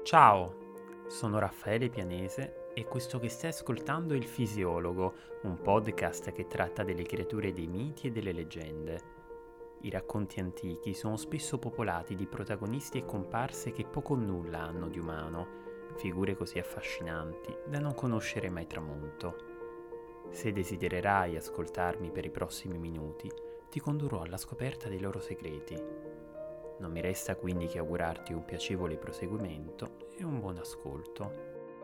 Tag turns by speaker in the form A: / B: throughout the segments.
A: Ciao, sono Raffaele Pianese e questo che stai ascoltando è Il Fisiologo, un podcast che tratta delle creature dei miti e delle leggende. I racconti antichi sono spesso popolati di protagonisti e comparse che poco o nulla hanno di umano, figure così affascinanti da non conoscere mai tramonto. Se desidererai ascoltarmi per i prossimi minuti, ti condurrò alla scoperta dei loro segreti. Non mi resta quindi che augurarti un piacevole proseguimento e un buon ascolto.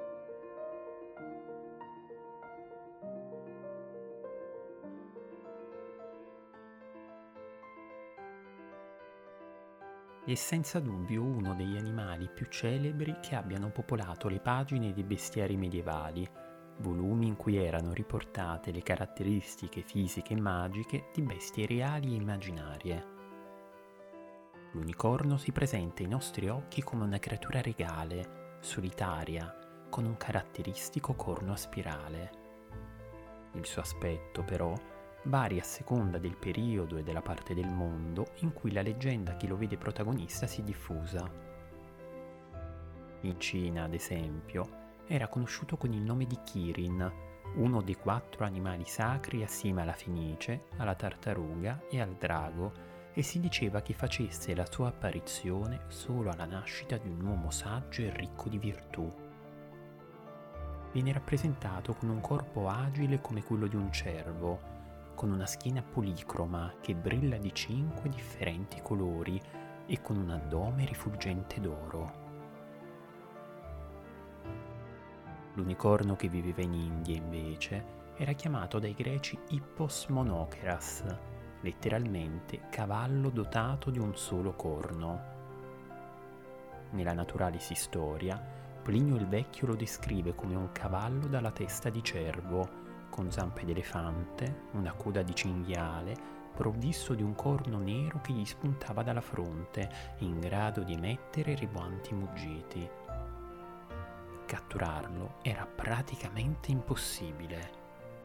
A: È senza dubbio uno degli animali più celebri che abbiano popolato le pagine dei bestiari medievali, volumi in cui erano riportate le caratteristiche fisiche e magiche di bestie reali e immaginarie. L'unicorno si presenta ai nostri occhi come una creatura regale, solitaria, con un caratteristico corno a spirale. Il suo aspetto, però, varia a seconda del periodo e della parte del mondo in cui la leggenda che lo vede protagonista si diffusa. In Cina, ad esempio, era conosciuto con il nome di Kirin, uno dei 4 animali sacri assieme alla fenice, alla tartaruga e al drago, e si diceva che facesse la sua apparizione solo alla nascita di un uomo saggio e ricco di virtù. Viene rappresentato con un corpo agile come quello di un cervo, con una schiena policroma che brilla di 5 differenti colori e con un addome rifulgente d'oro. L'unicorno che viveva in India, invece, era chiamato dai greci Hippos monokeras, letteralmente cavallo dotato di un solo corno. Nella Naturalis Historia, Plinio il Vecchio lo descrive come un cavallo dalla testa di cervo, con zampe d'elefante, una coda di cinghiale, provvisto di un corno nero che gli spuntava dalla fronte, in grado di emettere ribuanti muggiti. Catturarlo era praticamente impossibile.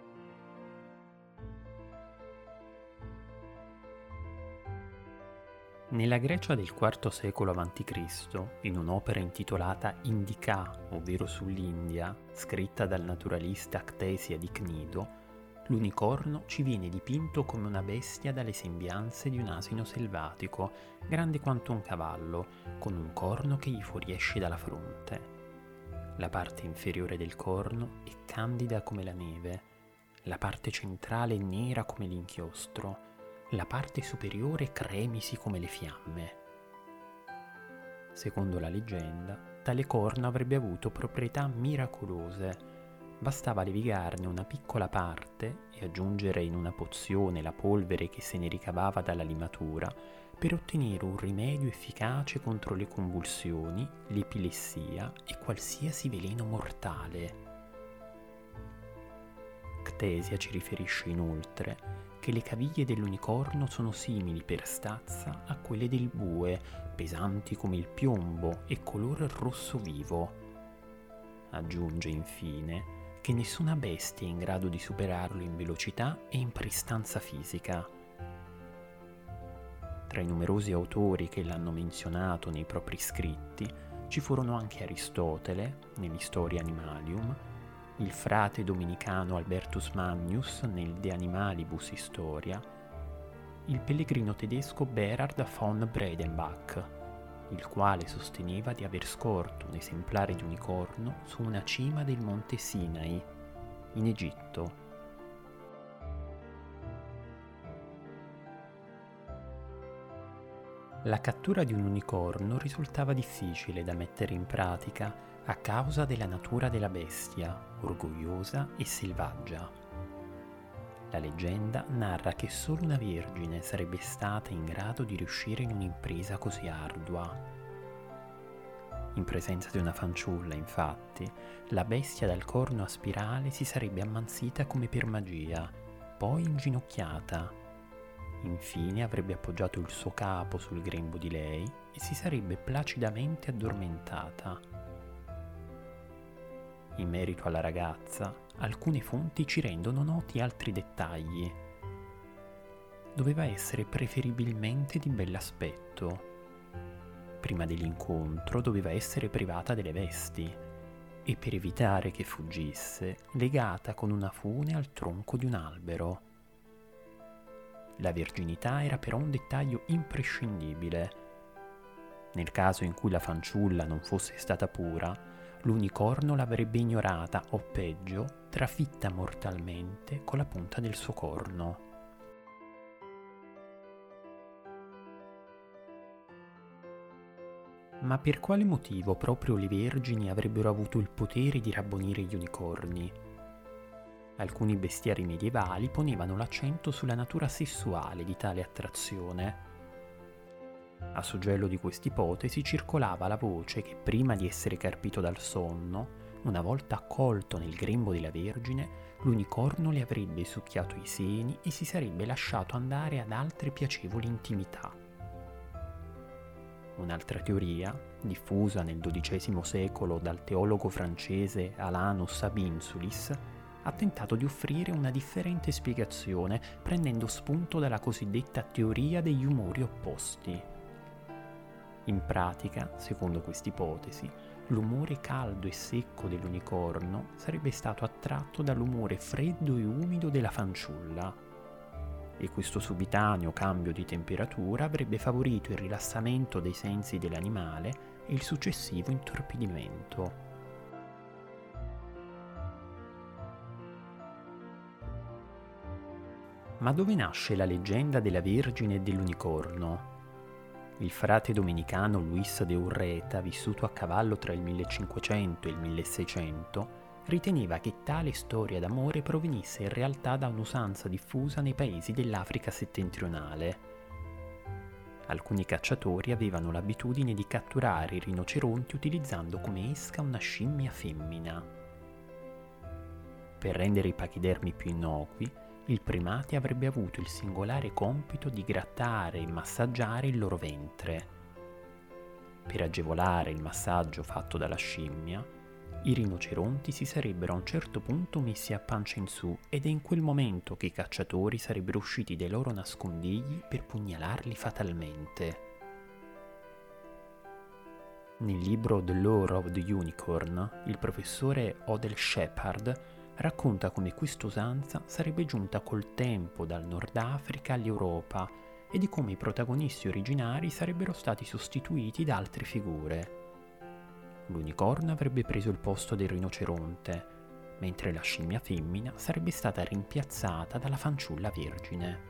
A: Nella Grecia del IV secolo a.C., in un'opera intitolata Indica, ovvero sull'India, scritta dal naturalista Ctesia di Cnido, l'unicorno ci viene dipinto come una bestia dalle sembianze di un asino selvatico, grande quanto un cavallo, con un corno che gli fuoriesce dalla fronte. La parte inferiore del corno è candida come la neve, la parte centrale è nera come l'inchiostro, la parte superiore cremisi come le fiamme. Secondo la leggenda, tale corno avrebbe avuto proprietà miracolose. Bastava levigarne una piccola parte e aggiungere in una pozione la polvere che se ne ricavava dalla limatura per ottenere un rimedio efficace contro le convulsioni, l'epilessia e qualsiasi veleno mortale. Ctesia ci riferisce inoltre che le caviglie dell'unicorno sono simili per stazza a quelle del bue, pesanti come il piombo e color rosso vivo. Aggiunge infine che nessuna bestia è in grado di superarlo in velocità e in prestanza fisica. Tra i numerosi autori che l'hanno menzionato nei propri scritti ci furono anche Aristotele, nell'Historia Animalium, il frate domenicano Albertus Magnus nel De Animalibus Historia, il pellegrino tedesco Berhard von Bredenbach, il quale sosteneva di aver scorto un esemplare di unicorno su una cima del monte Sinai, in Egitto. La cattura di un unicorno risultava difficile da mettere in pratica a causa della natura della bestia, orgogliosa e selvaggia. La leggenda narra che solo una vergine sarebbe stata in grado di riuscire in un'impresa così ardua. In presenza di una fanciulla, infatti, la bestia dal corno a spirale si sarebbe ammansita come per magia, poi inginocchiata. Infine avrebbe appoggiato il suo capo sul grembo di lei e si sarebbe placidamente addormentata. In merito alla ragazza, alcune fonti ci rendono noti altri dettagli. Doveva essere preferibilmente di bell'aspetto. Prima dell'incontro doveva essere privata delle vesti e per evitare che fuggisse, legata con una fune al tronco di un albero. La verginità era però un dettaglio imprescindibile. Nel caso in cui la fanciulla non fosse stata pura, l'unicorno l'avrebbe ignorata o peggio, trafitta mortalmente con la punta del suo corno. Ma per quale motivo proprio le vergini avrebbero avuto il potere di rabbonire gli unicorni? Alcuni bestiari medievali ponevano l'accento sulla natura sessuale di tale attrazione. A suggello di quest'ipotesi circolava la voce che prima di essere carpito dal sonno, una volta accolto nel grembo della Vergine, l'unicorno le avrebbe succhiato i seni e si sarebbe lasciato andare ad altre piacevoli intimità. Un'altra teoria, diffusa nel XII secolo dal teologo francese Alanus ab Insulis, ha tentato di offrire una differente spiegazione prendendo spunto dalla cosiddetta teoria degli umori opposti. In pratica, secondo quest'ipotesi, l'umore caldo e secco dell'unicorno sarebbe stato attratto dall'umore freddo e umido della fanciulla, e questo subitaneo cambio di temperatura avrebbe favorito il rilassamento dei sensi dell'animale e il successivo intorpidimento. Ma dove nasce la leggenda della Vergine e dell'unicorno? Il frate domenicano Luis de Urreta, vissuto a cavallo tra il 1500 e il 1600, riteneva che tale storia d'amore provenisse in realtà da un'usanza diffusa nei paesi dell'Africa settentrionale. Alcuni cacciatori avevano l'abitudine di catturare i rinoceronti utilizzando come esca una scimmia femmina. Per rendere i pachidermi più innocui, il primate avrebbe avuto il singolare compito di grattare e massaggiare il loro ventre. Per agevolare il massaggio fatto dalla scimmia, i rinoceronti si sarebbero a un certo punto messi a pancia in su ed è in quel momento che i cacciatori sarebbero usciti dai loro nascondigli per pugnalarli fatalmente. Nel libro The Lore of the Unicorn, il professore Odell Shepard racconta come questa usanza sarebbe giunta col tempo dal Nord Africa all'Europa e di come i protagonisti originari sarebbero stati sostituiti da altre figure. L'unicorno avrebbe preso il posto del rinoceronte, mentre la scimmia femmina sarebbe stata rimpiazzata dalla fanciulla vergine.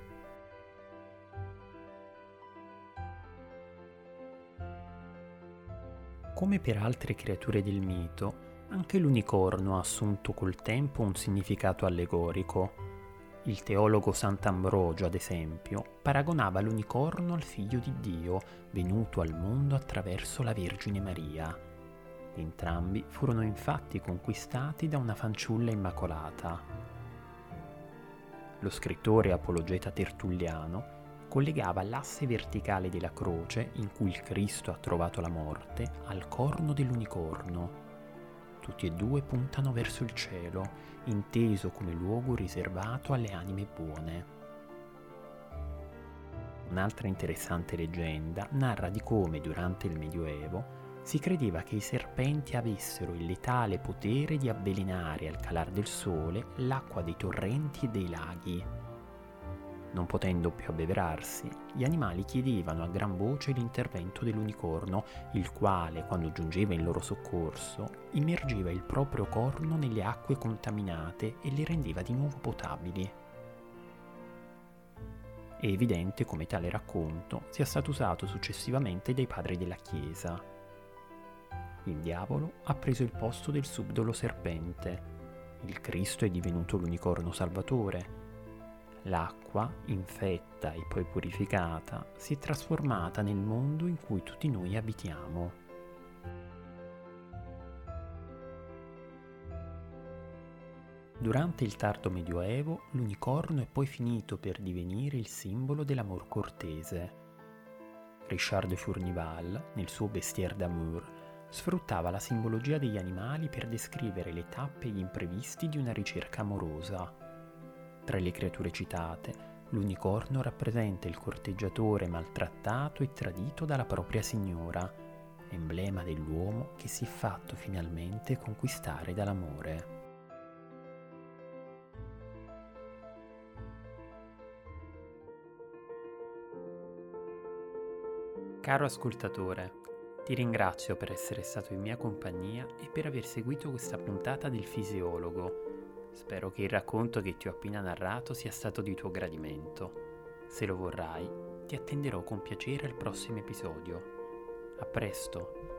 A: Come per altre creature del mito, anche l'unicorno ha assunto col tempo un significato allegorico. Il teologo Sant'Ambrogio, ad esempio, paragonava l'unicorno al figlio di Dio, venuto al mondo attraverso la Vergine Maria. Entrambi furono infatti conquistati da una fanciulla immacolata. Lo scrittore apologeta Tertulliano collegava l'asse verticale della croce in cui il Cristo ha trovato la morte al corno dell'unicorno. Tutti e due puntano verso il cielo, inteso come luogo riservato alle anime buone. Un'altra interessante leggenda narra di come, durante il Medioevo, si credeva che i serpenti avessero il letale potere di avvelenare al calar del sole l'acqua dei torrenti e dei laghi. Non potendo più abbeverarsi, gli animali chiedevano a gran voce l'intervento dell'unicorno, il quale, quando giungeva in loro soccorso, immergeva il proprio corno nelle acque contaminate e le rendeva di nuovo potabili. È evidente come tale racconto sia stato usato successivamente dai padri della Chiesa. Il diavolo ha preso il posto del subdolo serpente, il Cristo è divenuto l'unicorno salvatore. L'acqua, infetta e poi purificata, si è trasformata nel mondo in cui tutti noi abitiamo. Durante il tardo Medioevo, l'unicorno è poi finito per divenire il simbolo dell'amor cortese. Richard de Fournival, nel suo Bestiaire d'amour, sfruttava la simbologia degli animali per descrivere le tappe e gli imprevisti di una ricerca amorosa. Tra le creature citate L'unicorno rappresenta il corteggiatore maltrattato e tradito dalla propria signora, emblema dell'uomo che si è fatto finalmente conquistare dall'amore. Caro ascoltatore, ti ringrazio per essere stato in mia compagnia e per aver seguito questa puntata del Fisiologo. Spero che il racconto che ti ho appena narrato sia stato di tuo gradimento. Se lo vorrai, ti attenderò con piacere al prossimo episodio. A presto!